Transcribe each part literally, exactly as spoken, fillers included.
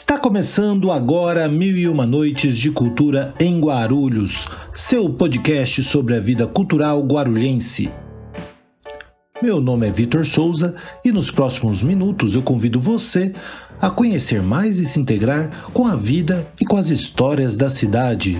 Está começando agora Mil e Uma Noites de Cultura em Guarulhos, seu podcast sobre a vida cultural guarulhense. Meu nome é Vitor Souza e nos próximos minutos eu convido você a conhecer mais e se integrar com a vida e com as histórias da cidade.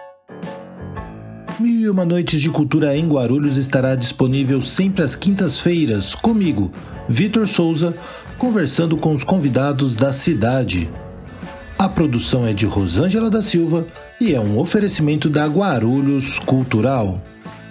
Mil e Uma Noites de Cultura em Guarulhos estará disponível sempre às quintas-feiras, comigo, Vitor Souza, conversando com os convidados da cidade. A produção é de Rosângela da Silva e é um oferecimento da Guarulhos Cultural.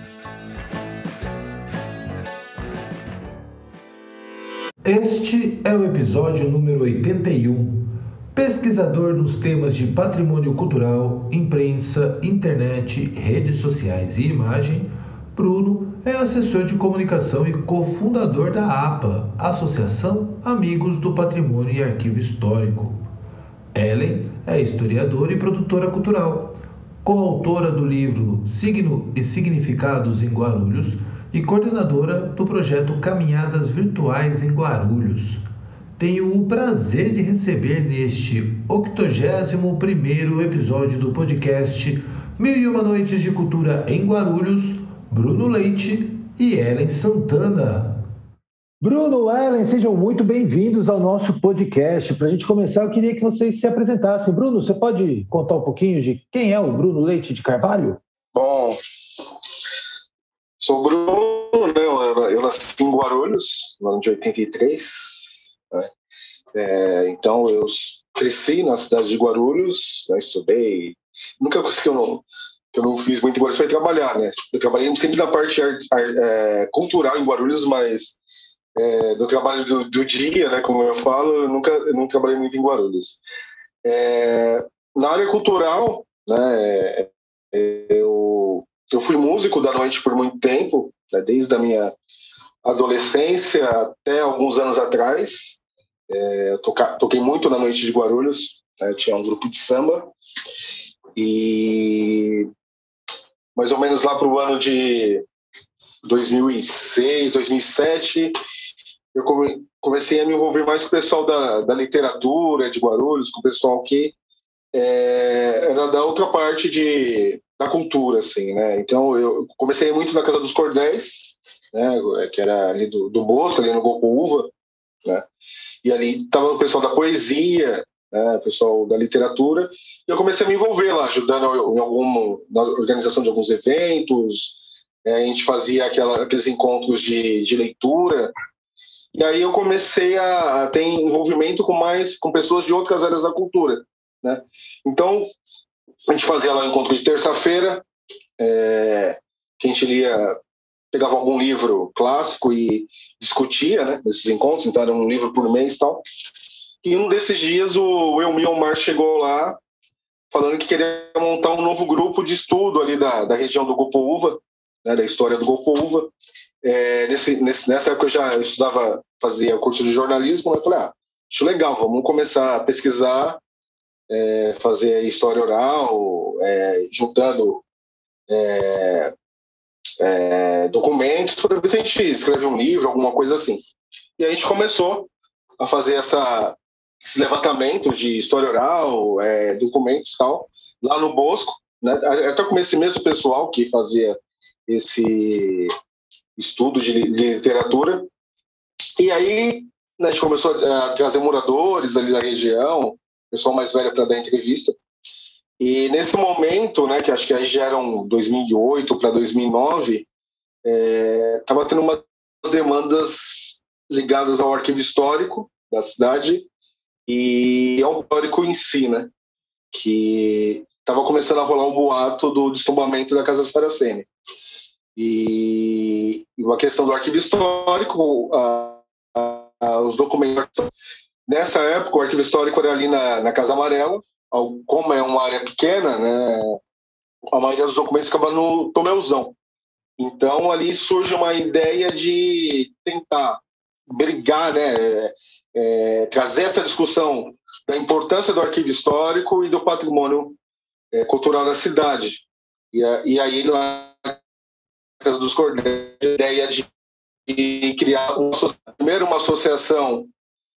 Este é o episódio número oitenta e um. Pesquisador nos temas de patrimônio cultural, imprensa, internet, redes sociais e imagem, Bruno é assessor de comunicação e cofundador da A P A, Associação Amigos do Patrimônio e Arquivo Histórico. Ellen é historiadora e produtora cultural, coautora do livro Signo e Significados em Guarulhos e coordenadora do projeto Caminhadas Virtuais em Guarulhos. Tenho o prazer de receber neste octogésimo primeiro episódio do podcast Mil e Uma Noites de Cultura em Guarulhos, Bruno Leite e Ellen Santana. Bruno, Ellen, sejam muito bem-vindos ao nosso podcast. Para a gente começar, eu queria que vocês se apresentassem. Bruno, você pode contar um pouquinho de quem é o Bruno Leite de Carvalho? Bom, sou o Bruno, né? eu, eu nasci em Guarulhos, no ano de oitenta e três, né? É, então eu cresci na cidade de Guarulhos, né? Estudei. A única coisa que eu não, que eu não fiz muito em Guarulhos foi trabalhar, né? Eu trabalhei sempre na parte ar, ar, é, cultural em Guarulhos, mas é, no trabalho do, do dia, né, como eu falo, eu nunca eu não trabalhei muito em Guarulhos. É, na área cultural, né, eu, eu fui músico da noite por muito tempo, né, desde a minha adolescência até alguns anos atrás. É, eu toca, toquei muito na noite de Guarulhos, né, tinha um grupo de samba, e mais ou menos lá para o ano de dois mil e seis, dois mil e sete, eu come, comecei a me envolver mais com o pessoal da, da literatura de Guarulhos, com o pessoal que é, era da outra parte de, da cultura, assim, né? Então eu comecei muito na Casa dos Cordéis, né, que era ali do, do Bosco, ali no Golpo-Uva, né? E ali estava o pessoal da poesia, né, o pessoal da literatura, e eu comecei a me envolver lá, ajudando em alguma, na organização de alguns eventos. É, a gente fazia aquela, aqueles encontros de, de leitura, e aí eu comecei a, a ter envolvimento com mais com pessoas de outras áreas da cultura, né? Então a gente fazia lá um encontro de terça-feira, é, que a gente lia, pegava algum livro clássico e discutia, né, nesses encontros. Então era um livro por mês e tal. E um desses dias o Elmir Omar chegou lá falando que queria montar um novo grupo de estudo ali da, da região do Golpo-Uva, né, da história do Golpo-Uva. É, nesse, nesse, nessa época eu já eu estudava, fazia curso de jornalismo, né? Eu falei, ah, acho legal, vamos começar a pesquisar, é, fazer história oral, é, juntando é, é, documentos, para ver se a gente escreve um livro, alguma coisa assim. E a gente começou a fazer essa, esse levantamento de história oral, é, documentos e tal, lá no Bosco, né? Até com esse mesmo pessoal que fazia esse estudo de literatura. E aí, né, a gente começou a trazer moradores ali da região, pessoal mais velho para dar entrevista. E nesse momento, né, que acho que aí já eram dois mil e oito para dois mil e nove, estava é, tendo umas demandas ligadas ao arquivo histórico da cidade e ao histórico em si, né, que estava começando a rolar o boato do destombamento da Casa Saraceni. E uma questão do arquivo histórico, a, a, a, os documentos. Nessa época, o arquivo histórico era ali na, na Casa Amarela. Como é uma área pequena, né, a maioria dos documentos acaba no Tomelzão. Então, ali surge uma ideia de tentar brigar, né, é, trazer essa discussão da importância do arquivo histórico e do patrimônio é, cultural da cidade. E, e aí, lá Casa dos Cordéis, a ideia de, de criar uma, primeiro uma associação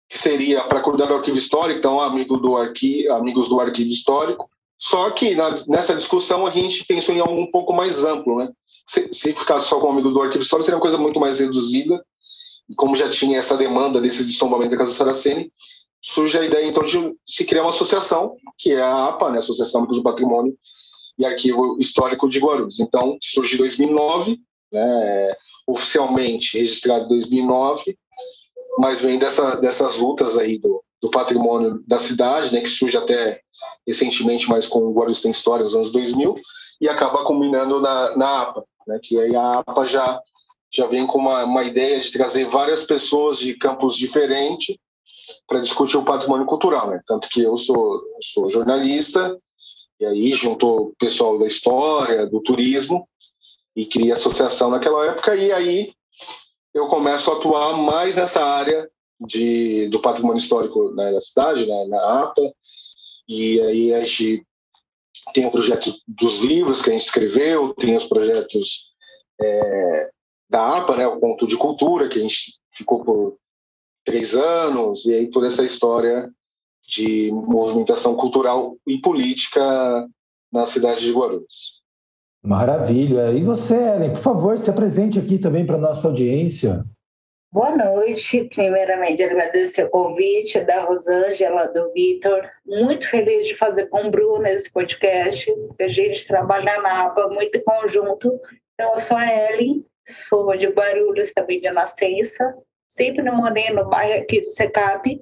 que seria para cuidar do arquivo histórico, então amigo do arqui, amigos do arquivo histórico. Só que na, nessa discussão a gente pensou em algo um pouco mais amplo, né? Se, se ficasse só com amigos do arquivo histórico, seria uma coisa muito mais reduzida. E como já tinha essa demanda desse destombamento da Casa Saraceni, surge a ideia então de se criar uma associação, que é a APA, né? Associação Amigos do Patrimônio e Arquivo Histórico de Guarulhos. Então surge em dois mil e nove, né? Oficialmente registrado em dois mil e nove, mas vem dessa, dessas lutas aí do, do patrimônio da cidade, né, que surge até recentemente, mais com o Guarulhos Tem História, nos anos dois mil, e acaba culminando na, na APA, né, que aí a APA já, já vem com uma, uma ideia de trazer várias pessoas de campos diferentes para discutir o patrimônio cultural, né? Tanto que eu sou, sou jornalista, e aí juntou o pessoal da história, do turismo, e cria associação naquela época, e aí eu começo a atuar mais nessa área de, do patrimônio histórico, né, da cidade, né, na APA, e aí a gente tem o projeto dos livros que a gente escreveu, tem os projetos é, da APA, né, o Ponto de Cultura, que a gente ficou por três anos, e aí toda essa história de movimentação cultural e política na cidade de Guarulhos. Maravilha. E você, Ellen, por favor, se apresente aqui também para a nossa audiência. Boa noite. Primeiramente, agradecer o convite da Rosângela, do Vitor. Muito feliz de fazer com o Bruno esse podcast. A gente trabalha na APA muito em conjunto. Então, eu sou a Ellen, sou de Guarulhos, também de nascença. Sempre morei no bairro aqui do Secap.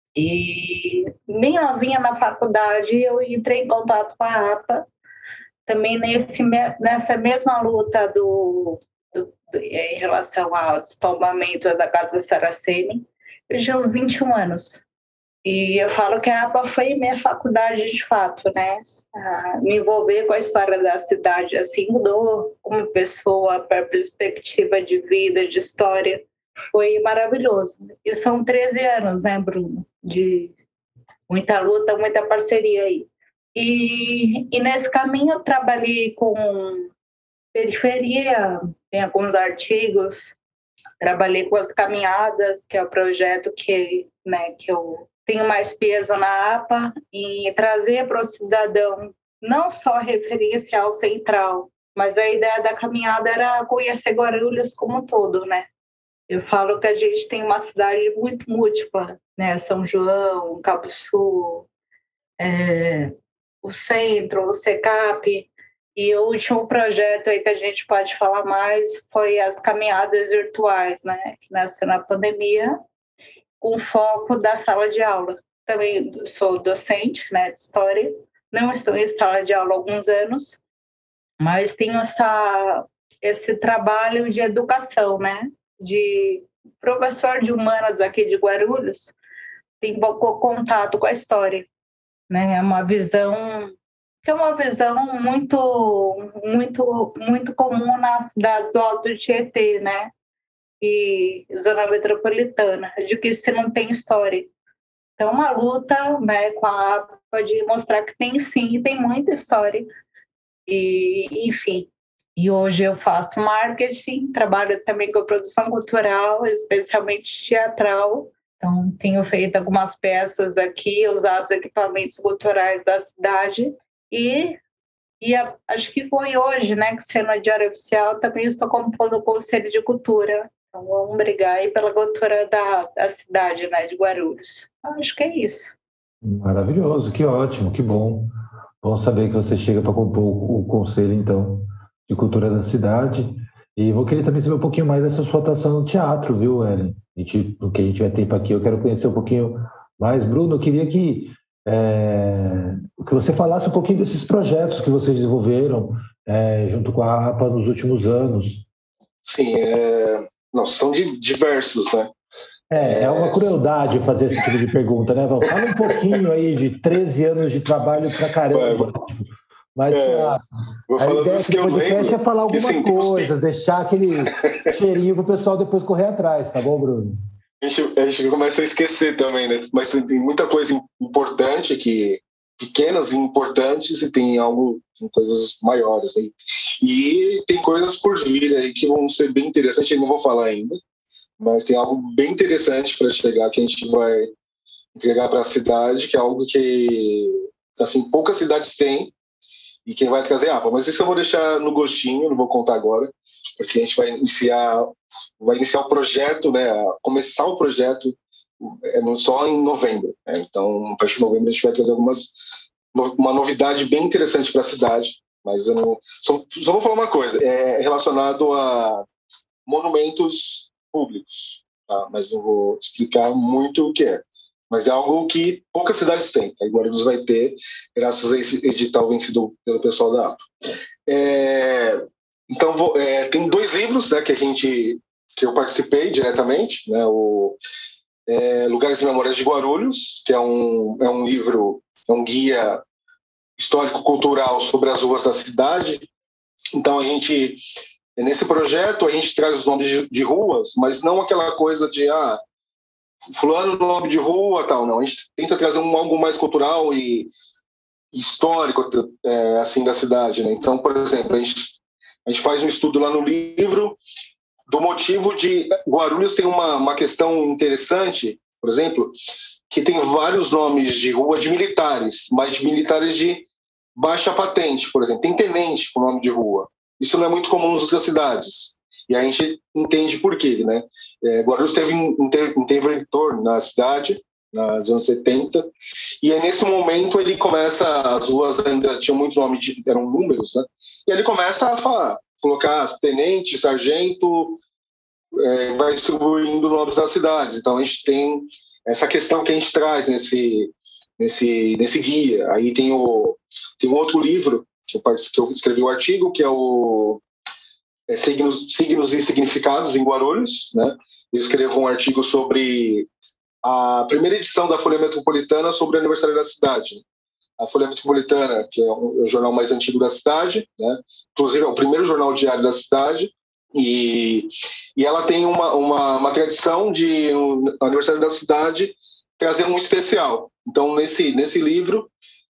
E bem novinha na faculdade, eu entrei em contato com a APA. Também nesse, nessa mesma luta do, do, do, em relação ao destombamento da Casa Saraceni, eu tinha uns vinte e um anos. E eu falo que a APA foi minha faculdade de fato, né? Ah, me envolver com a história da cidade, assim, mudou como pessoa, para perspectiva de vida, de história. Foi maravilhoso. E são treze anos, né, Bruno? De muita luta, muita parceria aí. E, e nesse caminho eu trabalhei com periferia, tem alguns artigos, trabalhei com as caminhadas, que é o projeto que, né, que eu tenho mais peso na APA, e trazer para o cidadão não só referencial central, mas a ideia da caminhada era conhecer Guarulhos como um todo, né? Eu falo que a gente tem uma cidade muito múltipla, né? São João, Cabo Sul, é, o Centro, o Secap, e o último projeto aí que a gente pode falar mais foi as caminhadas virtuais, né? Que nasceu na pandemia, com foco da sala de aula. Também sou docente, né, de história, não estou em sala de aula há alguns anos, mas tenho essa, esse trabalho de educação, né? De professor de humanas aqui de Guarulhos, tem pouco contato com a história, né? É uma visão que é uma visão muito muito muito comum nas das do Tietê, né? E zona metropolitana, de que se não tem história. Então, uma luta, né, com a APA de mostrar que tem sim, tem muita história. E, enfim, e hoje eu faço marketing, trabalho também com produção cultural, especialmente teatral. Então, tenho feito algumas peças aqui, usados equipamentos culturais da cidade. E, e a, acho que foi hoje, né, que sendo a Diário Oficial, também estou compondo o Conselho de Cultura. Então, vamos brigar aí pela cultura da, da cidade, né, de Guarulhos. Acho que é isso. Maravilhoso, que ótimo, que bom. Bom saber que você chega para compor o, o Conselho, então, de Cultura da cidade. E vou querer também saber um pouquinho mais dessa sua atuação no teatro, viu, Ellen? No que a gente vai ter para aqui, eu quero conhecer um pouquinho mais. Bruno, eu queria que, é, que você falasse um pouquinho desses projetos que vocês desenvolveram é, junto com a APA nos últimos anos. Sim, é... Não, são diversos, né? É, é uma crueldade fazer esse tipo de pergunta, né? Fala um pouquinho aí de treze anos de trabalho pra caramba. Mas é, a, a ideia aqui do podcast é falar algumas sim, coisas, deixar aquele cheirinho pro pessoal depois correr atrás, tá bom, Bruno? A gente, a gente começa a esquecer também, né? Mas tem, tem muita coisa importante, que, pequenas e importantes, e tem algo, tem coisas maiores, né? E tem coisas por vir aí que vão ser bem interessantes, eu não vou falar ainda, mas tem algo bem interessante para chegar que a gente vai entregar para a cidade, que é algo que assim poucas cidades têm e quem vai trazer a APA. Mas isso eu vou deixar no gostinho, não vou contar agora, porque a gente vai iniciar vai iniciar o projeto, né, começar o projeto é, só em novembro. Né? Então, a partir de novembro a gente vai trazer algumas uma novidade bem interessante para a cidade, mas eu não, só, só vou falar uma coisa, é relacionado a monumentos públicos, tá? Mas não vou explicar muito o que é. Mas é algo que poucas cidades têm. Tá? Guarulhos vai ter, graças a esse edital vencido pelo pessoal da APA. É, então, vou, é, tem dois livros, né, que a gente que eu participei diretamente, né, o é, Lugares e Memórias de Guarulhos, que é um, é um livro, é um guia histórico-cultural sobre as ruas da cidade. Então, a gente, nesse projeto, a gente traz os nomes de, de ruas, mas não aquela coisa de, ah, fulano nome de rua, tal, não. A gente tenta trazer um, algo mais cultural e histórico, é, assim, da cidade, né? Então, por exemplo, a gente, a gente faz um estudo lá no livro do motivo de Guarulhos tem uma, uma questão interessante, por exemplo, que tem vários nomes de rua de militares, mas de militares de baixa patente, por exemplo. Tem tenente com nome de rua. Isso não é muito comum nas outras cidades. E a gente entende por quê, né? É, Guarulhos teve um interventor na cidade, nos anos setenta, e aí, nesse momento, ele começa, as ruas ainda tinham muito nome, de, eram números, né? E ele começa a falar, colocar tenente, sargento, é, vai distribuindo nomes das cidades. Então, a gente tem essa questão que a gente traz nesse, nesse, nesse guia. Aí tem o tem outro livro que eu, que eu escrevi o artigo, que é o é, signos, signos e Significados em Guarulhos. Né? Eu escrevo um artigo sobre a primeira edição da Folha Metropolitana sobre o aniversário da cidade. A Folha Metropolitana, que é o jornal mais antigo da cidade, né? Inclusive é o primeiro jornal diário da cidade, e, e ela tem uma, uma, uma tradição de, no aniversário da cidade, trazer um especial. Então, nesse, nesse livro,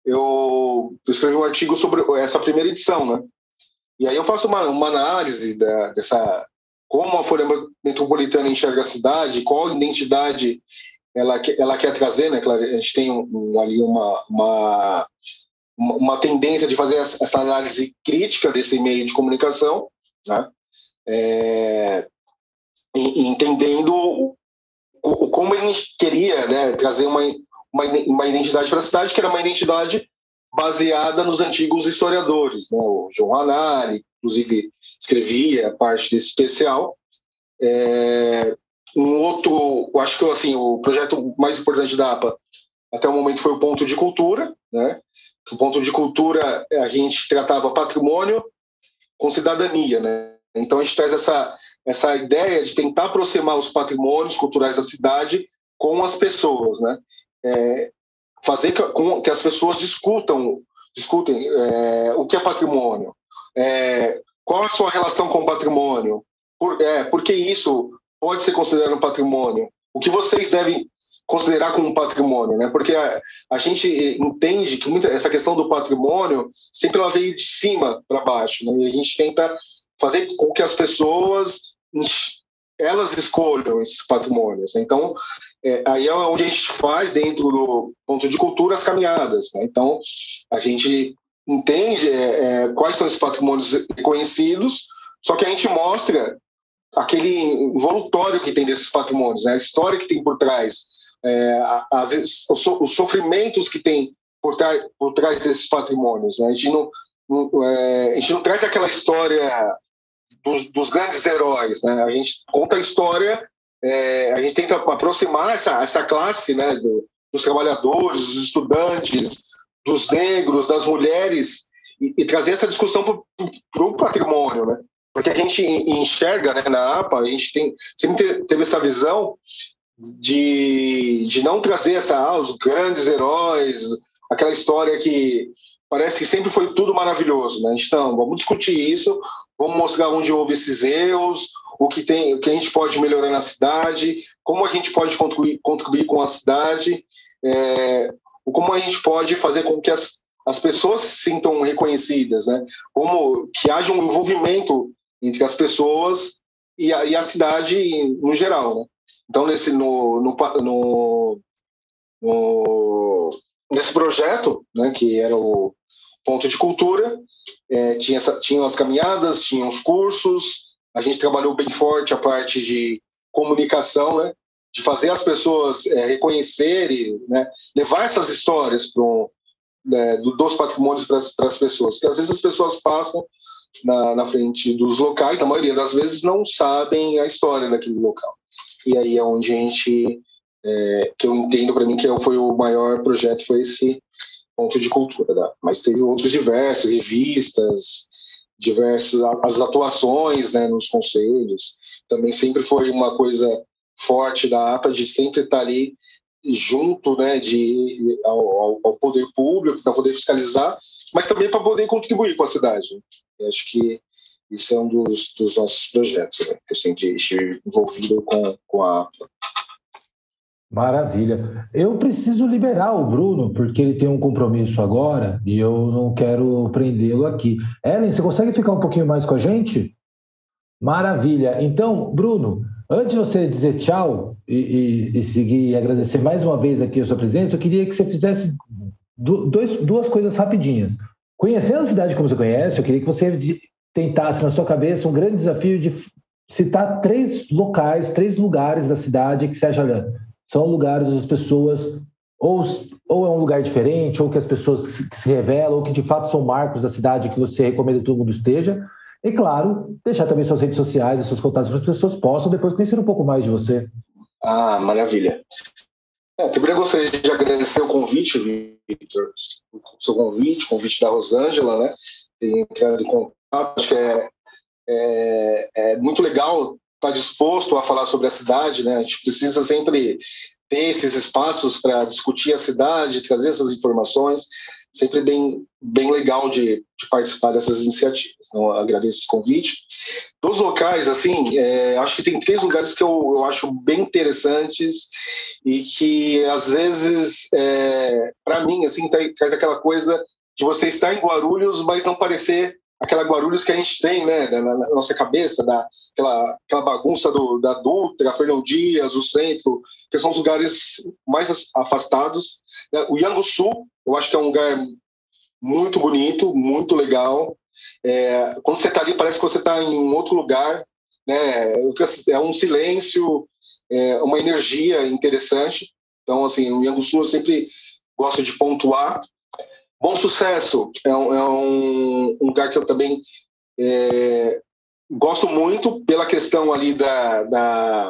eu, eu escrevi um artigo sobre essa primeira edição, né? E aí eu faço uma, uma análise da, dessa, como a Folha Metropolitana enxerga a cidade, qual identidade ela, ela quer trazer, né? A gente tem um, ali uma, uma, uma tendência de fazer essa análise crítica desse meio de comunicação, né? É, entendendo como ele queria, né, trazer uma, uma, uma identidade para a cidade, que era uma identidade baseada nos antigos historiadores, né? O João Hanari, inclusive, escrevia parte desse especial. É, um outro, eu acho que assim, o projeto mais importante da APA até o momento foi o Ponto de Cultura, né? O Ponto de Cultura, a gente tratava patrimônio com cidadania, né? Então a gente traz essa, essa ideia de tentar aproximar os patrimônios culturais da cidade com as pessoas, né? É, fazer que, com, que as pessoas discutam, discutem é, o que é patrimônio, é, qual a sua relação com o patrimônio, por, é, por que isso pode ser considerado um patrimônio, o que vocês devem considerar como um patrimônio, né? Porque a, a gente entende que muita, essa questão do patrimônio sempre ela veio de cima para baixo, né? E a gente tenta fazer com que as pessoas elas escolham esses patrimônios, né? Então, é, aí é onde a gente faz dentro do Ponto de Cultura as caminhadas, né? Então, a gente entende é, é, quais são esses patrimônios reconhecidos, só que a gente mostra aquele envoltório que tem desses patrimônios, né? A história que tem por trás, é, às vezes, os, so, os sofrimentos que tem por, trás, por trás desses patrimônios, né? A gente não, não, é, a gente não traz aquela história dos, dos grandes heróis, né? A gente conta a história, é, a gente tenta aproximar essa, essa classe, né? Do, dos trabalhadores, dos estudantes, dos negros, das mulheres, e, e trazer essa discussão para o patrimônio, né? Porque a gente enxerga, né, na APA, a gente tem, sempre teve essa visão de, de não trazer essa, ah, os grandes heróis, aquela história que parece que sempre foi tudo maravilhoso, né? Então, vamos discutir isso, vamos mostrar onde houve esses erros, o que, tem, o que a gente pode melhorar na cidade, como a gente pode contribuir, contribuir com a cidade, é, como a gente pode fazer com que as, as pessoas se sintam reconhecidas, né? Como que haja um envolvimento entre as pessoas e a, e a cidade no geral, né? Então, nesse, no, no, no, no, nesse projeto, né, que era o Ponto de Cultura, é, tinha, essa, tinha as caminhadas, tinha os cursos, a gente trabalhou bem forte a parte de comunicação, né, de fazer as pessoas é, reconhecerem, né, levar essas histórias pro, né, dos patrimônios para as pessoas, porque às vezes as pessoas passam na, na frente dos locais, na maioria das vezes não sabem a história daquele local. E aí é onde a gente, é, que eu entendo para mim que foi o maior projeto, foi esse Ponto de Cultura. Né? Mas teve outros diversos, revistas, diversas, as atuações, né, nos conselhos, também sempre foi uma coisa forte da APA de sempre estar ali junto, né, de, ao, ao poder público, para poder fiscalizar, mas também para poder contribuir com a cidade. Eu acho que isso é um dos, dos nossos projetos, né, que eu sempre estive envolvido com, com a APA. Maravilha. Eu preciso liberar o Bruno, porque ele tem um compromisso agora e eu não quero prendê-lo aqui. Ellen, você consegue ficar um pouquinho mais com a gente? Maravilha. Então, Bruno, antes de você dizer tchau e, e, e seguir e agradecer mais uma vez aqui a sua presença, eu queria que você fizesse dois, duas coisas rapidinhas. Conhecendo a cidade como você conhece, eu queria que você tentasse na sua cabeça um grande desafio de citar três locais, três lugares da cidade que você acha, olha, são lugares onde as pessoas, ou, ou é um lugar diferente, ou que as pessoas se, se revelam, ou que de fato são marcos da cidade que você recomenda que todo mundo esteja. E, claro, deixar também suas redes sociais e seus contatos para as pessoas possam depois conhecer um pouco mais de você. Ah, maravilha. É, primeiro eu gostaria de agradecer o convite, Victor, o seu convite, o convite da Rosângela, né? Ter entrado em contato. Acho que é, é, é muito legal estar disposto a falar sobre a cidade, né? A gente precisa sempre ter esses espaços para discutir a cidade, trazer essas informações. Sempre bem, bem legal de, de participar dessas iniciativas. Então, agradeço esse convite. Dos locais, assim, é, acho que tem três lugares que eu, eu acho bem interessantes e que, às vezes, é, para mim, assim, traz aquela coisa de você estar em Guarulhos, mas não parecer aquela Guarulhos que a gente tem, né, na, na nossa cabeça, da, aquela, aquela bagunça do, da Dutra, Fernão Dias, o centro, que são os lugares mais afastados. O Ianguçu, eu acho que é um lugar muito bonito, muito legal. É, quando você está ali, parece que você está em um outro lugar, né? É um silêncio, é uma energia interessante. Então, assim, o Ianguçu eu sempre gosto de pontuar. Bom Sucesso é um, é um lugar que eu também é, gosto muito pela questão ali da, da,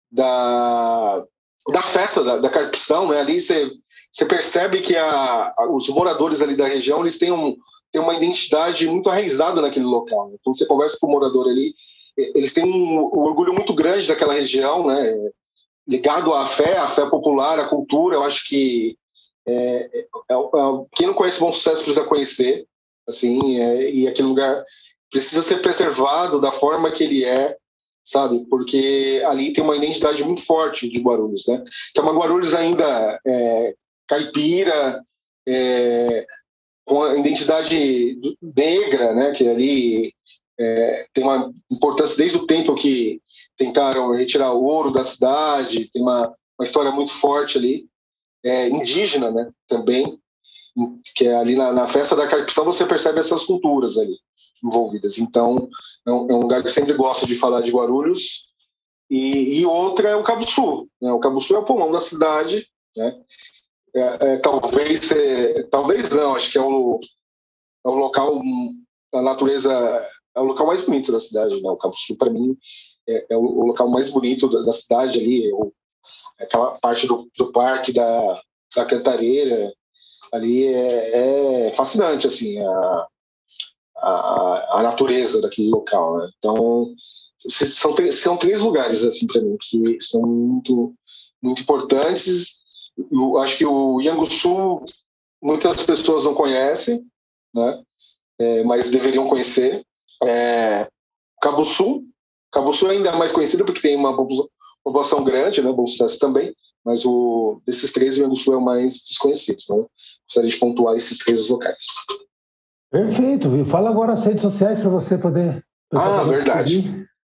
da, da festa, da, da carpição, né? Ali você, você percebe que a, a, os moradores ali da região, eles têm, um, têm uma identidade muito arraizada naquele local. Né? Quando você conversa com o morador ali, eles têm um, um orgulho muito grande daquela região, né? Ligado à fé, à fé popular, à cultura. Eu acho que É, é, é, quem não conhece Bom Sucesso precisa conhecer, assim, é, e aquele lugar precisa ser preservado da forma que ele é, sabe? Porque ali tem uma identidade muito forte de Guarulhos, né? Que é uma Guarulhos ainda é, caipira, é, com a identidade negra, né? Que ali é, tem uma importância desde o tempo que tentaram retirar o ouro da cidade, tem uma, uma história muito forte ali. É, indígena, né, também, que é ali na, na festa da carpição você percebe essas culturas ali envolvidas. Então, é um, é um lugar que eu sempre gosto de falar de Guarulhos. E, e outra é o Cabo Sul. Né? O Cabo Sul é o pulmão da cidade, né? É, é, talvez, é, talvez não, acho que é o, é o local, a natureza, é o local mais bonito da cidade. Né? O Cabo Sul, para mim, é, é o, o local mais bonito da, da cidade ali, o, aquela parte do, do parque da, da Cantareira ali é, é fascinante, assim, a, a, a natureza daquele local, né? Então, são, são três lugares, assim, para mim, que são muito, muito importantes. Eu acho que o Ianguçu muitas pessoas não conhecem, né? É, mas deveriam conhecer. É, Cabo Sul, Cabo Sul ainda é mais conhecido porque tem uma população grande, né? Bom Sucesso também, mas o, desses três, o Ianguçu é o mais desconhecido. Então, gostaria de pontuar esses três locais. Perfeito, viu? Fala agora as redes sociais para você poder... Ah, verdade.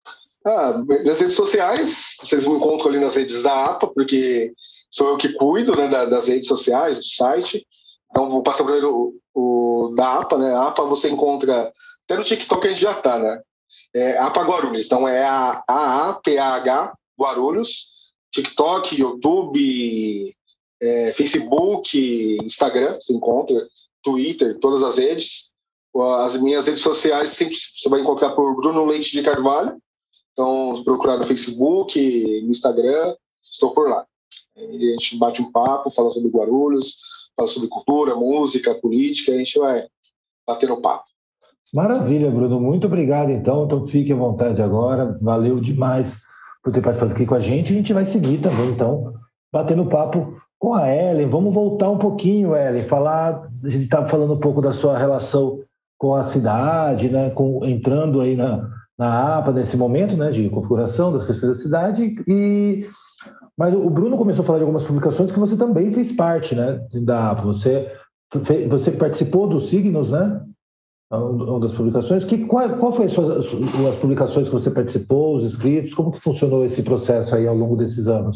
Ah, nas redes sociais, vocês me encontram ali nas redes da A P A, porque sou eu que cuido, né, das redes sociais, do site. Então, vou passar primeiro o, o da A P A, né? A APA você encontra, até no TikTok a gente já tá, né? É A P A Guarulhos, então é a A P A H Guarulhos, TikTok, YouTube, é, Facebook, Instagram, você encontra, Twitter, todas as redes. As minhas redes sociais sempre você vai encontrar por Bruno Leite de Carvalho. Então, se procurar no Facebook, no Instagram, estou por lá. E a gente bate um papo, fala sobre Guarulhos, fala sobre cultura, música, política, a gente vai bater no papo. Maravilha, Bruno. Muito obrigado, então. Então, fique à vontade agora. Valeu demais por ter participado aqui com a gente. A gente vai seguir também, então, batendo papo com a Ellen. Vamos voltar um pouquinho, Ellen, falar... A gente estava falando um pouco da sua relação com a cidade, né? Com, entrando aí na, na A P A nesse momento, né? De configuração das questões da cidade. E... Mas o Bruno começou a falar de algumas publicações que você também fez parte, né? Da A P A. Você, você participou dos Signos, né? Uma das publicações. Que, qual, qual foi as, suas, as publicações que você participou, os escritos? Como que funcionou esse processo aí ao longo desses anos?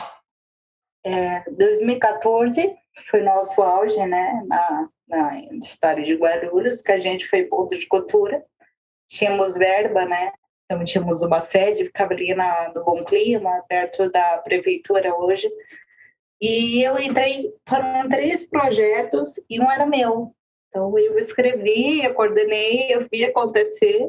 É, dois mil e quatorze foi nosso auge, né, na, na história de Guarulhos, que a gente foi ponto de cultura. Tínhamos verba, né? Então tínhamos uma sede, ficava ali na, no Bom Clima, perto da prefeitura hoje. E eu entrei, foram três projetos e um era meu. Então, eu escrevi, eu coordenei, eu vi acontecer.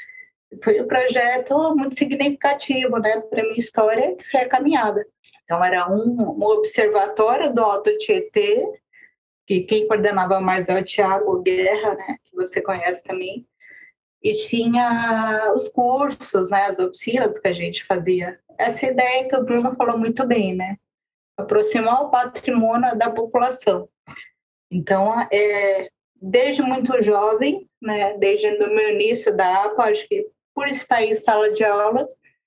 Foi um projeto muito significativo, né, para a minha história, que foi a caminhada. Então, era um, um observatório do Alto Tietê, que quem coordenava mais é o Tiago Guerra, né, que você conhece também. E tinha os cursos, né, as oficinas que a gente fazia. Essa ideia que o Bruno falou muito bem, né, aproximar o patrimônio da população. Então, é... desde muito jovem, né, desde o meu início da A P A, acho que por estar em sala de aula,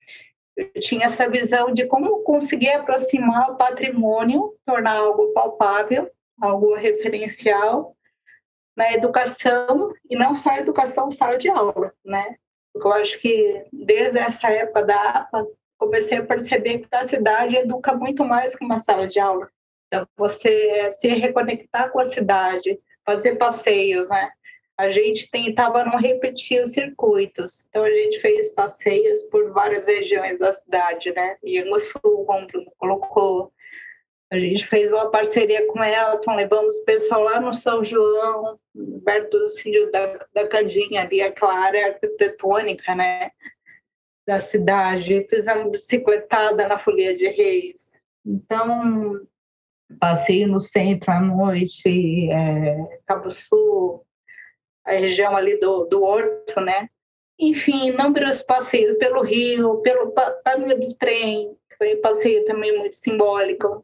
eu tinha essa visão de como conseguir aproximar o patrimônio, tornar algo palpável, algo referencial na educação, e não só a educação sala de aula, né? Porque eu acho que desde essa época da A P A, comecei a perceber que a cidade educa muito mais que uma sala de aula. Então, você se reconectar com a cidade, fazer passeios, né? A gente tentava não repetir os circuitos. Então, a gente fez passeios por várias regiões da cidade, né? Sul, como o Bruno colocou. A gente fez uma parceria com o Elton, levamos o pessoal lá no São João, perto do sítio da, da Cadinha, ali, aquela área arquitetônica, né? Da cidade. Fizemos bicicletada na Folia de Reis. Então... passeio no centro à noite, é, Cabo Sul, a região ali do, do Horto, né? Enfim, inúmeros passeios pelo Rio, pelo caminho do trem, foi um passeio também muito simbólico.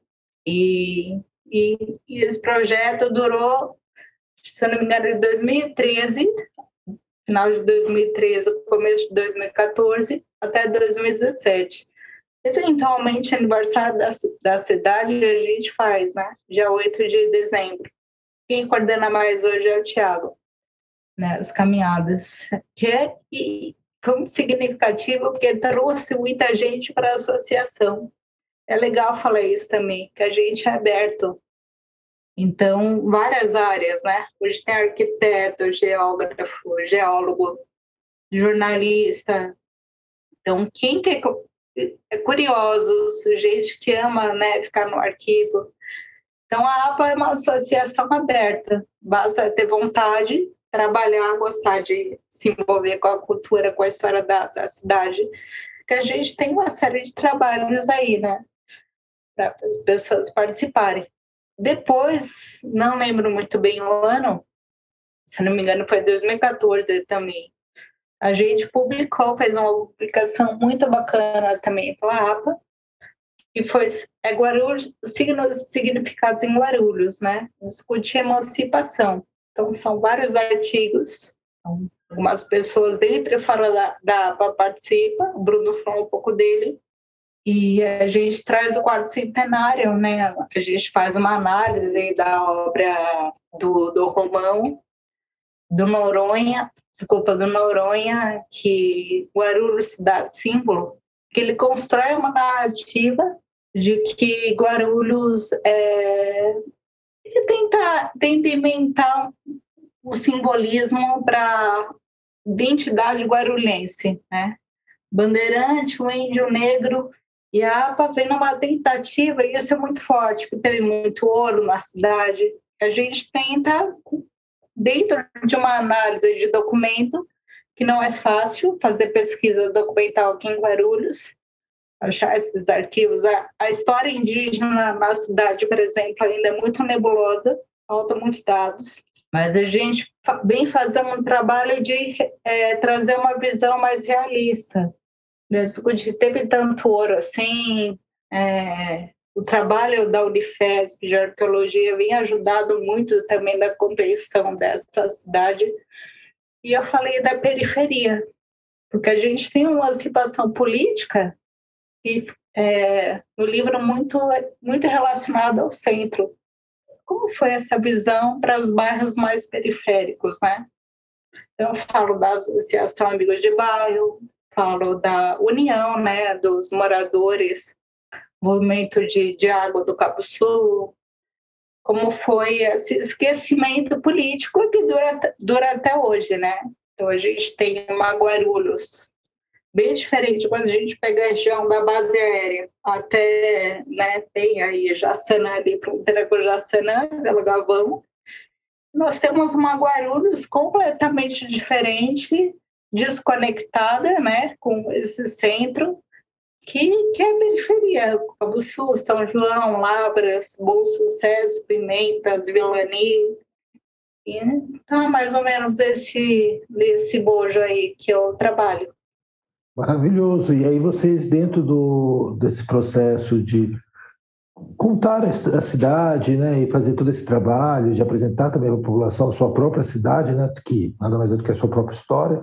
E, e, e esse projeto durou, se eu não me engano, de dois mil e treze, final de dois mil e treze, começo de dois mil e quatorze, até dois mil e dezessete. Eventualmente, aniversário da, da cidade a gente faz, né? Dia oito de dezembro. Quem coordena mais hoje é o Tiago, né? As caminhadas. Que é, e foi muito significativo porque trouxe muita gente para a associação. É legal falar isso também, que a gente é aberto. Então, várias áreas, né? Hoje tem arquiteto, geógrafo, geólogo, jornalista. Então, quem quer... é curiosos, gente que ama, né, ficar no arquivo. Então, a A P A é uma associação aberta. Basta ter vontade, trabalhar, gostar de se envolver com a cultura, com a história da, da cidade. Que a gente tem uma série de trabalhos aí, né, para as pessoas participarem. Depois, não lembro muito bem o ano, se não me engano foi dois mil e quatorze também, a gente publicou, fez uma publicação muito bacana também pela A P A, que foi é Guarulhos, signos significados em Guarulhos, né? Discutir emancipação. Então, são vários artigos, então, algumas pessoas dentro e fora da, da A P A participam, o Bruno falou um pouco dele, e a gente traz o quarto centenário, né? A gente faz uma análise da obra do, do Romão, do Noronha, desculpa, do Noronha, que Guarulhos cidade símbolo, que ele constrói uma narrativa de que Guarulhos é, ele tenta, tenta inventar o simbolismo para identidade guarulhense, né? Bandeirante, o índio negro e a APA vem numa tentativa, e isso é muito forte, porque teve muito ouro na cidade. A gente tenta, dentro de uma análise de documento, que não é fácil fazer pesquisa documental aqui em Guarulhos, achar esses arquivos. A, a história indígena na cidade, por exemplo, ainda é muito nebulosa, falta muitos dados, mas a gente vem fazendo um trabalho de é, trazer uma visão mais realista. Discutir, teve tanto ouro assim, é, o trabalho da Unifesp de arqueologia vem ajudado muito também na compreensão dessa cidade. E eu falei da periferia, porque a gente tem uma situação política e é, no livro muito, muito relacionado ao centro. Como foi essa visão para os bairros mais periféricos, né? Então, eu falo da Associação Amigos de Bairro, falo da união, né, dos moradores, movimento de, de água do Cabo Sul, como foi esse esquecimento político que dura, dura até hoje, né? Então, a gente tem uma Guarulhos bem diferente quando a gente pega a região da base aérea até, né, tem aí Jaçanã ali, fronteira com Jaçanã, Belo Gavão. Nós temos uma Guarulhos completamente diferente, desconectada, né, com esse centro, que, que é a periferia, Cabo Sul, São João, Lavras, Bom Sucesso, Pimentas, Vilani. E, então, é mais ou menos esse, esse bojo aí que eu trabalho. Maravilhoso. E aí vocês, dentro do, desse processo de contar a cidade, né, e fazer todo esse trabalho, de apresentar também para a população a sua própria cidade, né, que nada mais é do que a sua própria história,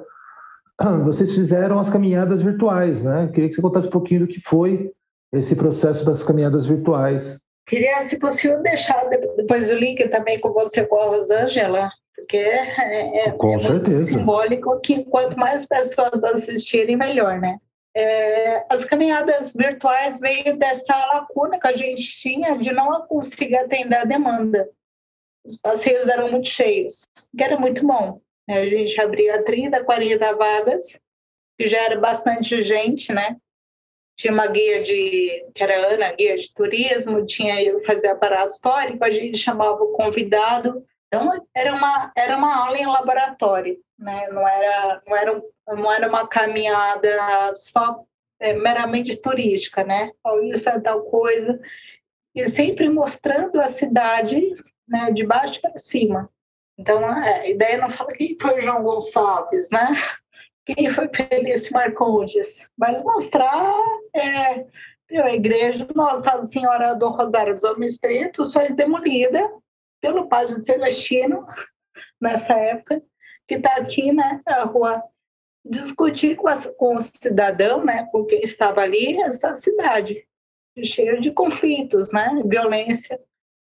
vocês fizeram as caminhadas virtuais, né? Queria que você contasse um pouquinho do que foi esse processo das caminhadas virtuais. Queria, se possível, deixar depois o link também com você, com a Rosângela, porque é, é, com é muito certeza. simbólico que quanto mais pessoas assistirem, melhor, né? É, as caminhadas virtuais veio dessa lacuna que a gente tinha de não conseguir atender a demanda. Os passeios eram muito cheios, que era muito bom. A gente abria trinta, quarenta vagas, que já era bastante gente, né? Tinha uma guia de, que era a Ana, guia de turismo, tinha eu fazer aparato histórico, a gente chamava o convidado. Então, era uma, era uma aula em laboratório, né? Não era, não era, não era uma caminhada só é, meramente turística, né? Oh, isso é tal coisa. E sempre mostrando a cidade, né, de baixo para cima. Então, a ideia não fala quem foi o João Gonçalves, né? Quem foi Felício Marcondes, mas mostrar é, a igreja Nossa Senhora do Rosário dos Homens Pretos foi demolida pelo Padre Celestino, nessa época, que está aqui, né, na rua, discutir com, as, com o cidadão, né, com quem estava ali, essa cidade, cheia de conflitos, né, violência.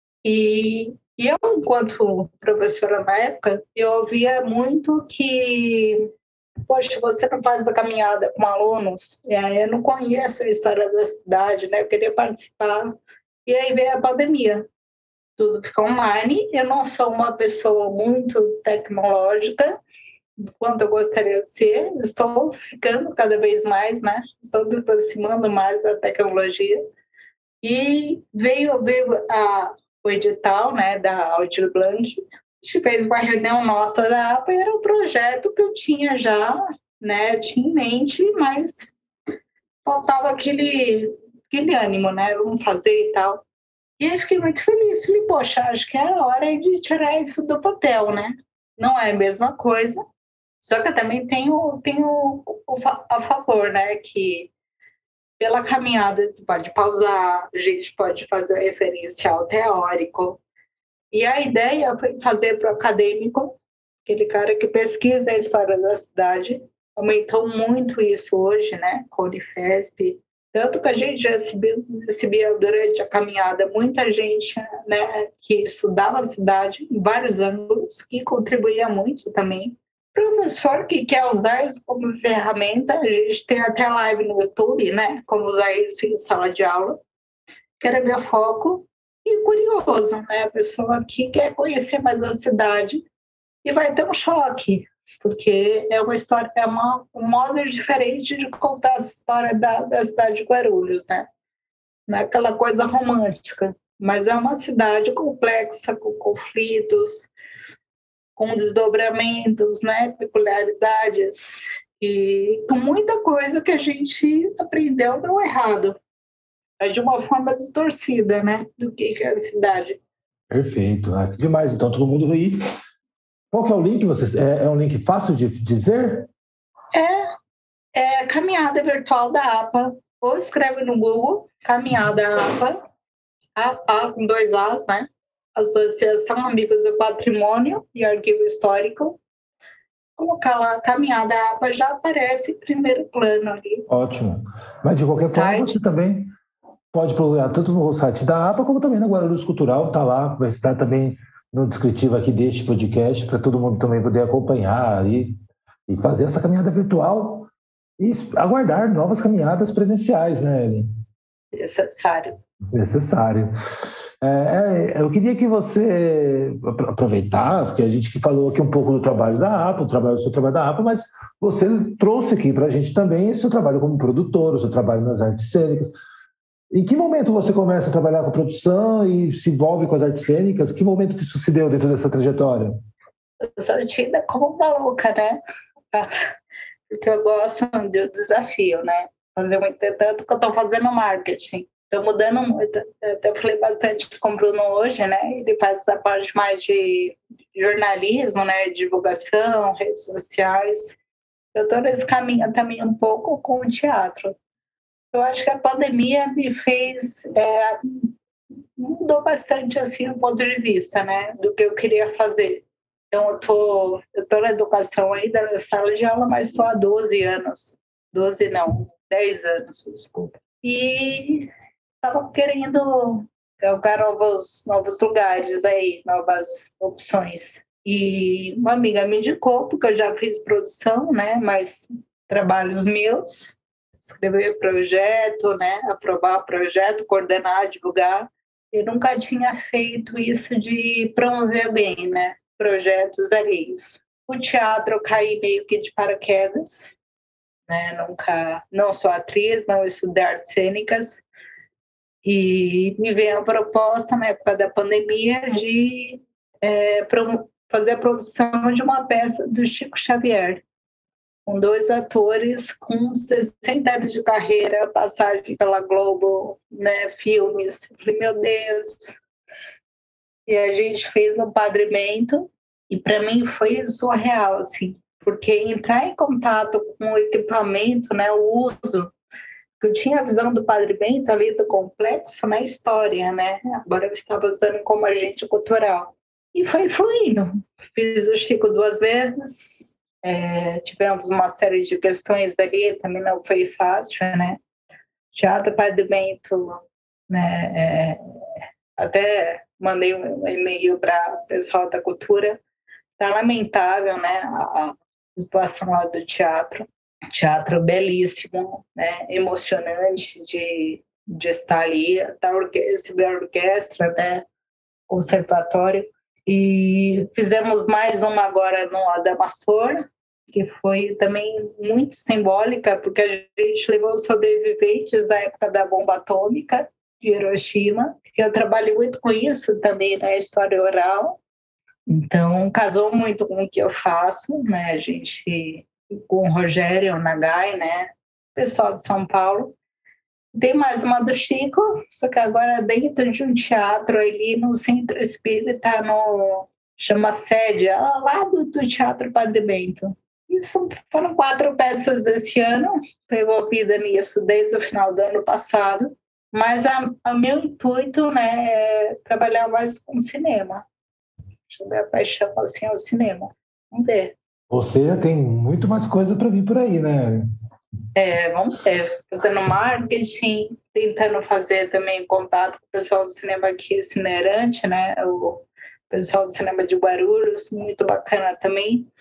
E, e eu, enquanto professora na época, eu ouvia muito que, poxa, você não faz a caminhada com alunos, e aí eu não conheço a história da cidade, né, eu queria participar. E aí veio a pandemia. Tudo ficou online. Eu não sou uma pessoa muito tecnológica, quanto eu gostaria de ser. Estou ficando cada vez mais, né? Estou me aproximando mais da tecnologia. E veio, veio a, o edital, né, da Aldir Blanc. A gente fez uma reunião nossa da APA e era um projeto que eu tinha já, né, tinha em mente, mas faltava aquele, aquele ânimo, né? Vamos fazer e tal. E aí fiquei muito feliz. Falei, poxa, acho que é a hora de tirar isso do papel, né? Não é a mesma coisa, só que eu também tenho, tenho a favor, né? Que pela caminhada você pode pausar, a gente pode fazer o referencial teórico. E a ideia foi fazer para o acadêmico, aquele cara que pesquisa a história da cidade. Aumentou muito isso hoje, né? Com a Unifesp. Tanto que a gente já recebia, recebia durante a caminhada muita gente, né, que estudava a cidade em vários ângulos, que contribuía muito também Professor que quer usar isso como ferramenta, a gente tem até live no YouTube, né? Como usar isso em sala de aula. Que era meu foco. E curioso, né? A pessoa que quer conhecer mais a cidade e vai ter um choque, porque é uma história, é uma, um modo diferente de contar a história da, da cidade de Guarulhos, né? Não é aquela coisa romântica, mas é uma cidade complexa, com conflitos, com desdobramentos, né? Peculiaridades, e com muita coisa que a gente aprendeu não errado, mas de uma forma distorcida, né? Do que é a cidade. Perfeito. Ah, que demais. Então, todo mundo aí. Qual que é o link? Vocês... É, é um link fácil de dizer? É, é Caminhada Virtual da APA. Ou escreve no Google, Caminhada APA, A, A com dois As, né? Associação Amigos do Patrimônio e Arquivo Histórico. Colocar lá Caminhada APA, já aparece em primeiro plano ali. Ótimo. Mas, de qualquer forma, você também pode procurar tanto no site da APA, como também na Guarulhos Cultural, está lá, vai estar também no descritivo aqui deste podcast, para todo mundo também poder acompanhar e, e fazer essa caminhada virtual e aguardar novas caminhadas presenciais, né, Ellen? Necessário. Necessário. É, é, eu queria que você aproveitar, porque a gente que falou aqui um pouco do trabalho da APA, o trabalho do seu trabalho da APA, mas você trouxe aqui para a gente também o seu trabalho como produtor, o seu trabalho nas artes cênicas. Em que momento você começa a trabalhar com produção e se envolve com as artes cênicas? Que momento que isso se deu dentro dessa trajetória? Eu sou tida como uma louca, né? Porque eu gosto do desafio, né? Fazer muito, tanto que eu estou fazendo marketing. Estou mudando muito. Eu até falei bastante com o Bruno hoje, né? Ele faz essa parte mais de jornalismo, né? Divulgação, redes sociais. Eu estou nesse caminho também um pouco com o teatro. Eu acho que a pandemia me fez... É, mudou bastante, assim, o ponto de vista, né? Do que eu queria fazer. Então, eu tô, eu tô na educação ainda, na sala de aula, mas estou há doze anos. doze não, dez anos, desculpa. E estava querendo galgar novos, novos lugares aí, novas opções. E uma amiga me indicou, porque eu já fiz produção, né? Mas trabalhos meus, escrever projeto, né? Aprovar projeto, coordenar, divulgar. Eu nunca tinha feito isso de promover alguém, né? Projetos alheios. O teatro eu caí meio que de paraquedas, né? Nunca, não sou atriz, não estudo artes cênicas, e me veio a proposta na época da pandemia de é, fazer a produção de uma peça do Chico Xavier, com dois atores com sessenta anos de carreira, passagem pela Globo, né? Filmes. Eu falei, meu Deus. E a gente fez um Padre Bento, e para mim foi surreal, assim, porque entrar em contato com o equipamento, né, o uso, eu tinha a visão do Padre Bento ali do complexo na história, né, agora eu estava usando como agente cultural. E foi fluindo. Fiz o Chico duas vezes, é, tivemos uma série de questões ali, também não foi fácil, né. Teatro Padre Bento, né, é, até mandei um e-mail para o pessoal da cultura. Tá lamentável, né, a, a situação lá do teatro. Teatro belíssimo, né, emocionante de, de estar ali, da orquestra, a orquestra, né, conservatório. E fizemos mais uma agora no Adamastor, que foi também muito simbólica, porque a gente levou os sobreviventes da época da bomba atômica de Hiroshima. Eu trabalho muito com isso também na história oral. Então, casou muito com o que eu faço, né? A gente, com o Rogério Nagai, né? Pessoal de São Paulo. Tem mais uma do Chico, só que agora dentro de um teatro ali no Centro Espírita, no chama Sede, ao lado do Teatro Padre Bento. E são, foram quatro peças esse ano, estou envolvida nisso desde o final do ano passado, mas o meu intuito, né, é trabalhar mais com cinema. A minha paixão assim é o cinema. Vamos ver. Você já tem muito mais coisa para vir por aí, né? É, vamos ver. Fazendo marketing, tentando fazer também contato com o pessoal do cinema aqui, Cinerante, né? O pessoal do cinema de Guarulhos, muito bacana também.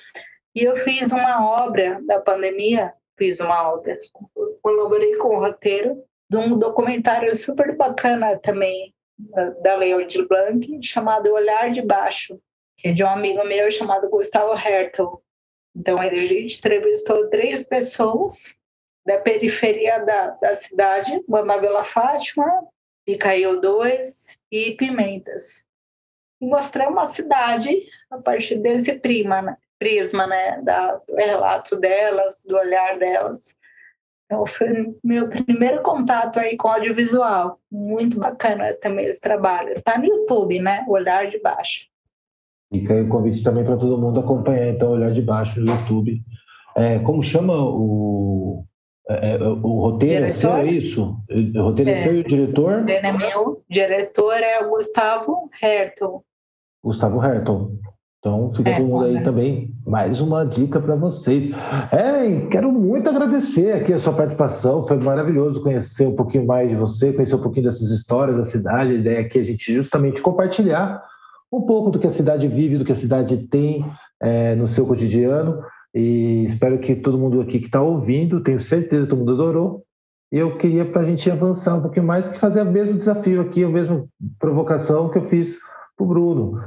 E eu fiz uma obra da pandemia, fiz uma obra, colaborei com o roteiro de um documentário super bacana também, da Lei Aldir Blanc, chamado Olhar de Baixo, que é de um amigo meu chamado Gustavo Hertel. Então, a gente entrevistou três pessoas da periferia da, da cidade, uma Vila Fátima, Picaio dois e Pimentas. E mostramos a cidade a partir desse prima, né? prisma, né, da, do relato delas, do olhar delas. Então, foi meu primeiro contato aí com audiovisual. Muito bacana também esse trabalho. Está no YouTube, né, o Olhar de Baixo. Fica aí o convite também para todo mundo acompanhar, então, o Olhar de Baixo no YouTube. É, como chama o, é, o roteiro? É seu, é isso? O roteiro é, é seu e o diretor? O é meu. O diretor é o Gustavo Hertel. Gustavo Hertel. Então, fica é, todo mundo aí é. também. Mais uma dica para vocês. É, quero muito agradecer aqui a sua participação. Foi maravilhoso conhecer um pouquinho mais de você, conhecer um pouquinho dessas histórias da cidade. A ideia aqui é a gente justamente compartilhar um pouco do que a cidade vive, do que a cidade tem é, no seu cotidiano. E espero que todo mundo aqui que está ouvindo, tenho certeza que todo mundo adorou. E eu queria para a gente avançar um pouquinho mais, que fazer o mesmo desafio aqui, a mesma provocação que eu fiz para o Bruno.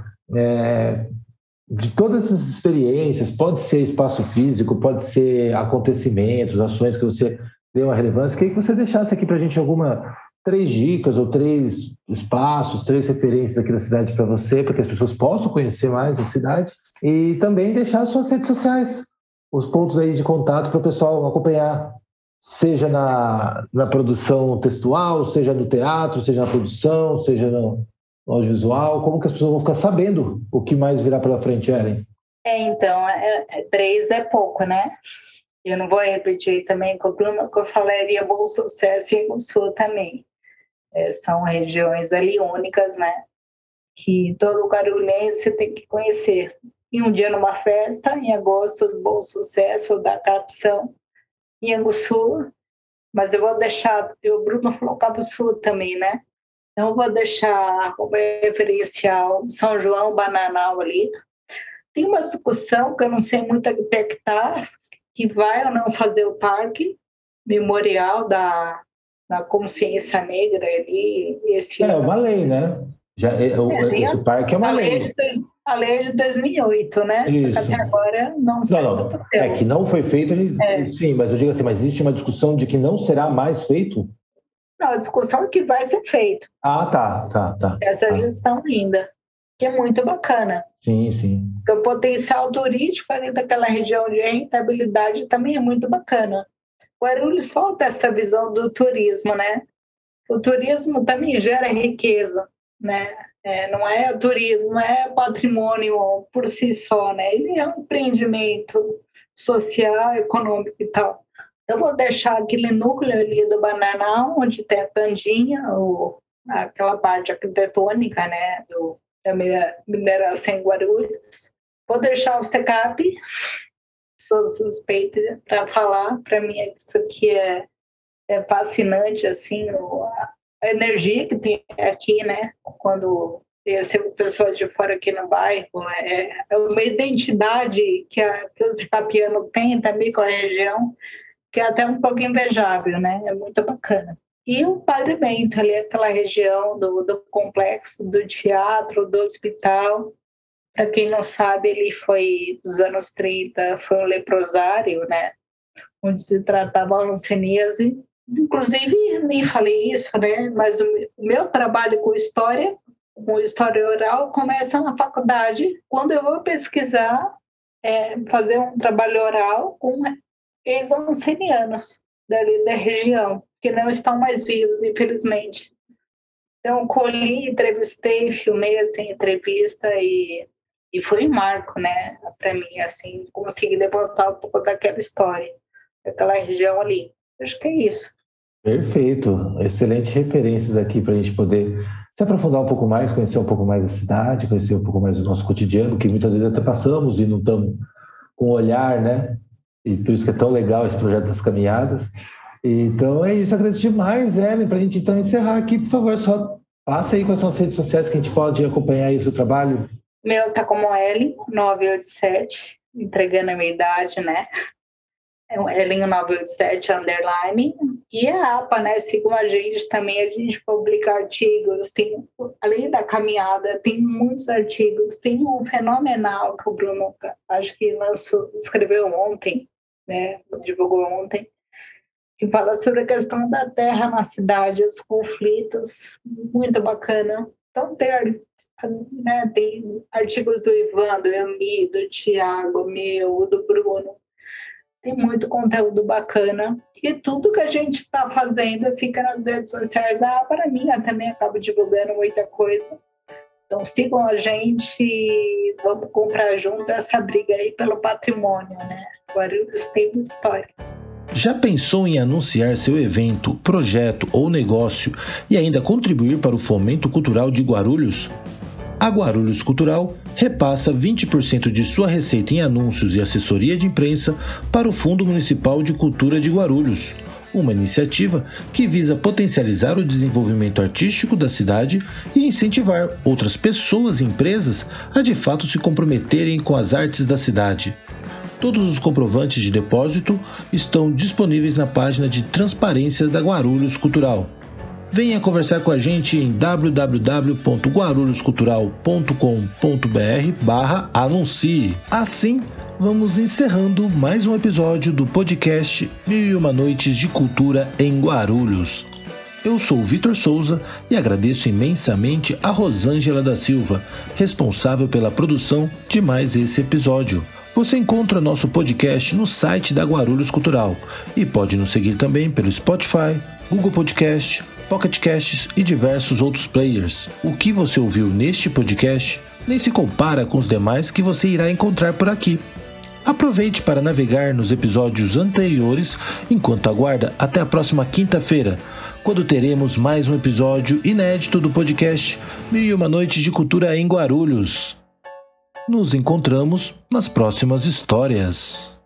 É, de todas essas experiências, pode ser espaço físico, pode ser acontecimentos, ações que você deu uma relevância, queria que você deixasse aqui para a gente alguma, três dicas ou três espaços, três referências aqui da cidade para você, para que as pessoas possam conhecer mais a cidade e também deixar as suas redes sociais, os pontos aí de contato para o pessoal acompanhar, seja na, na produção textual, seja no teatro, seja na produção, seja no audiovisual, como que as pessoas vão ficar sabendo o que mais virá pela frente, Ellen? É, então, é, é, três é pouco, né? Eu não vou repetir também com o Bruno, que eu falaria Bom Sucesso e Sul também. É, são regiões ali únicas, né? Que todo guarulhense tem que conhecer. E um dia numa festa, em agosto, do Bom Sucesso, da Capção, em Anguçu, mas eu vou deixar, o Bruno falou Cabo Sul também, né? Então, vou deixar como referencial São João, Bananal ali. Tem uma discussão que eu não sei muito até que está, que vai ou não fazer o parque memorial da, da consciência negra ali. Esse é ano. Uma lei, né? Já, é, é, esse parque é uma a lei. lei de dois, a lei de dois mil e oito, né? Isso. Até agora não saiu não, do não. papel. É que não foi feito, é. Sim, mas eu digo assim, mas existe uma discussão de que não será mais feito? Não, a discussão é que vai ser feito. Ah, tá, tá, tá. Essa tá. gestão ainda, que é muito bacana. Sim, sim. Porque o potencial turístico ali daquela região de rentabilidade também é muito bacana. O Guarulhos solta essa visão do turismo, né? O turismo também gera riqueza, né? É, não é turismo, não é patrimônio por si só, né? Ele é um empreendimento social, econômico e tal. Eu vou deixar aquele núcleo ali do Bananal, onde tem a Candinha, o, aquela parte arquitetônica, né, do, da mineração em Guarulhos. Vou deixar o SECAP, sou suspeita para falar, para mim isso aqui é, é fascinante, assim, a energia que tem aqui, né, quando esse pessoa de fora aqui no bairro, é, é uma identidade que, a, que os secapianos têm também com a região, que é até um pouco invejável, né? É muito bacana. E o Padre Bento, ali, aquela região do, do complexo, do teatro, do hospital. Para quem não sabe, ele foi, dos anos trinta, foi um leprosário, né? Onde se tratava a hanseníase. Inclusive, nem falei isso, né? Mas o meu trabalho com história, com história oral, começa na faculdade, quando eu vou pesquisar, é, fazer um trabalho oral com ex-hansenianos dali da região, que não estão mais vivos, infelizmente. Então, colhi, entrevistei, filmei essa entrevista e, e foi um marco, né, para mim, assim, conseguir levantar um pouco daquela história, daquela região ali. Acho que é isso. Perfeito. Excelentes referências aqui para a gente poder se aprofundar um pouco mais, conhecer um pouco mais da cidade, conhecer um pouco mais do nosso cotidiano, que muitas vezes até passamos e não estamos com o olhar, né? E por isso que é tão legal esse projeto das caminhadas. Então é isso, agradeço demais, Ellen, para a gente então encerrar aqui, por favor, só passa aí quais são as redes sociais que a gente pode acompanhar aí o seu trabalho. Meu tá como Ellen, nove oito sete, entregando a minha idade, né? É Elinho nove oito sete underline. E a APA, né? Sigam a gente também, a gente publica artigos, tem, além da caminhada, tem muitos artigos, tem um fenomenal que o Bruno, acho que lançou, escreveu ontem, né? Divulgou ontem, que fala sobre a questão da terra na cidade, os conflitos, muito bacana. Então tem, né, tem artigos do Ivan, do Elmi, do Tiago, meu, do Bruno. Tem muito conteúdo bacana. E tudo que a gente está fazendo fica nas redes sociais. Ah, para mim, eu também acabo divulgando muita coisa. Então, sigam a gente e vamos comprar junto essa briga aí pelo patrimônio, né? Guarulhos tem muita história. Já pensou em anunciar seu evento, projeto ou negócio e ainda contribuir para o fomento cultural de Guarulhos? A Guarulhos Cultural repassa vinte por cento de sua receita em anúncios e assessoria de imprensa para o Fundo Municipal de Cultura de Guarulhos, uma iniciativa que visa potencializar o desenvolvimento artístico da cidade e incentivar outras pessoas e empresas a de fato se comprometerem com as artes da cidade. Todos os comprovantes de depósito estão disponíveis na página de transparência da Guarulhos Cultural. Venha conversar com a gente em w w w ponto guarulhos cultural ponto com ponto b r barra anuncie. Assim, vamos encerrando mais um episódio do podcast Mil e Uma Noites de Cultura em Guarulhos. Eu sou o Vitor Souza e agradeço imensamente a Rosângela da Silva, responsável pela produção de mais esse episódio. Você encontra nosso podcast no site da Guarulhos Cultural e pode nos seguir também pelo Spotify, Google Podcast, Pocket Casts e diversos outros players. O que você ouviu neste podcast nem se compara com os demais que você irá encontrar por aqui. Aproveite para navegar nos episódios anteriores enquanto aguarda até a próxima quinta-feira, quando teremos mais um episódio inédito do podcast Mil e Uma Noites de Cultura em Guarulhos. Nos encontramos nas próximas histórias.